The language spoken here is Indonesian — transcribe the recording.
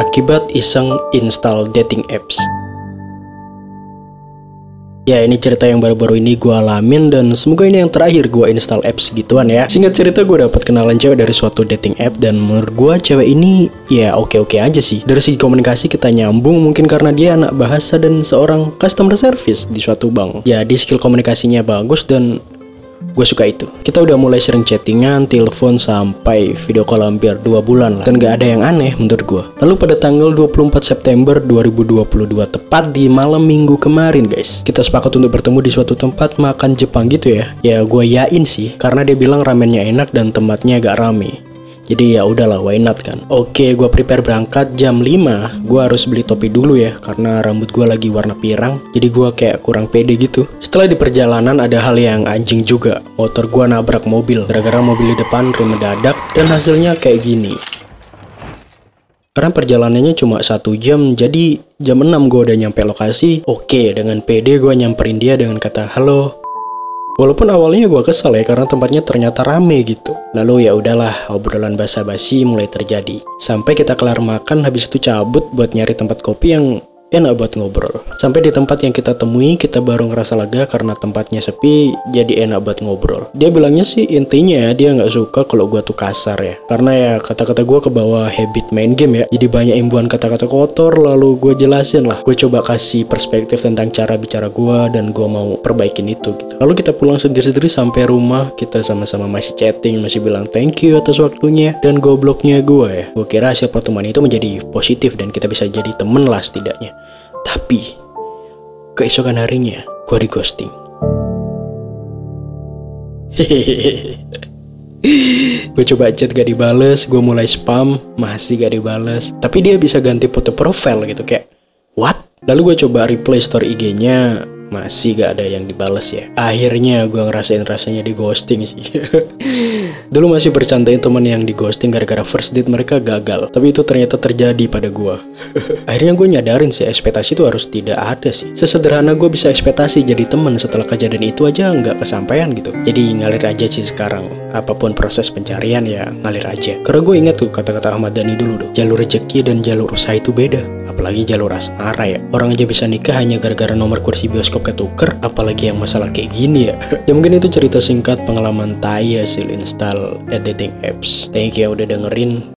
akibat iseng install dating apps. Ya, ini cerita yang baru-baru ini gue alamin dan semoga ini yang terakhir gue install apps gituan ya. Singkat cerita, gue dapat kenalan cewek dari suatu dating app dan menurut gue cewek ini ya oke-oke aja sih. Dari segi komunikasi kita nyambung mungkin karena dia anak bahasa dan seorang customer service di suatu bank. Jadi skill komunikasinya bagus dan gue suka itu. Kita udah mulai sering chattingan, telepon, sampai video call hampir 2 bulan lah. Dan gak ada yang aneh menurut gue. Lalu pada tanggal 24 September 2022, tepat di malam minggu kemarin guys, kita sepakat untuk bertemu di suatu tempat makan Jepang gitu ya. Ya gue yain sih, karena dia bilang ramennya enak dan tempatnya agak rame. Jadi ya udahlah, why not kan. Oke, gue prepare berangkat jam 5. Gue harus beli topi dulu ya, karena rambut gue lagi warna pirang. Jadi gue kayak kurang pede gitu. Setelah di perjalanan ada hal yang anjing juga. Motor gue nabrak mobil, gara-gara mobil di depan rem mendadak. Dan hasilnya kayak gini. Karena perjalanannya cuma 1 jam, jadi jam 6 gue udah nyampe lokasi. Oke, dengan pede gue nyamperin dia dengan kata halo. Walaupun awalnya gue kesel ya karena tempatnya ternyata rame gitu. Lalu ya udahlah, obrolan basa-basi mulai terjadi. Sampai kita kelar makan, habis itu cabut buat nyari tempat kopi yang enak buat ngobrol. Sampai di tempat yang kita temui, kita baru ngerasa lega karena tempatnya sepi, jadi enak buat ngobrol. Dia bilangnya sih intinya dia nggak suka kalau gue tuh kasar ya. Karena ya kata-kata gue kebawa habit main game ya. Jadi banyak imbuhan kata-kata kotor, lalu gue jelasin lah. Gue coba kasih perspektif tentang cara bicara gue dan gue mau perbaikin itu gitu. Lalu kita pulang sendiri-sendiri sampai rumah, kita sama-sama masih chatting, masih bilang thank you atas waktunya dan gobloknya gue ya. Gue kira hasil pertemuan itu menjadi positif dan kita bisa jadi temen lah setidaknya. Tapi keesokan harinya gue di ghosting. Gue coba chat gak dibales, gue mulai spam, masih gak dibales. Tapi dia bisa ganti foto profile gitu, kayak what? Lalu gue coba reply story IG-nya, masih gak ada yang dibales ya. Akhirnya gue ngerasain rasanya di ghosting sih. Dulu masih bercandain teman yang di ghosting gara-gara first date mereka gagal. Tapi itu ternyata terjadi pada gue. Akhirnya gue nyadarin sih, ekspektasi itu harus tidak ada sih. Sesederhana gue bisa ekspektasi jadi teman setelah kejadian itu aja nggak kesampaian gitu. Jadi ngalir aja sih sekarang. Apapun proses pencarian ya ngalir aja. Karena gue ingat tuh kata-kata Ahmad Dhani dulu tuh. Jalur rezeki dan jalur usaha itu beda. Apalagi jalur asmara ya. Orang aja bisa nikah hanya gara-gara nomor kursi bioskop ketuker. Apalagi yang masalah kayak gini ya. Ya mungkin itu cerita singkat pengalaman tai hasil install dating apps. Thank you ya udah dengerin.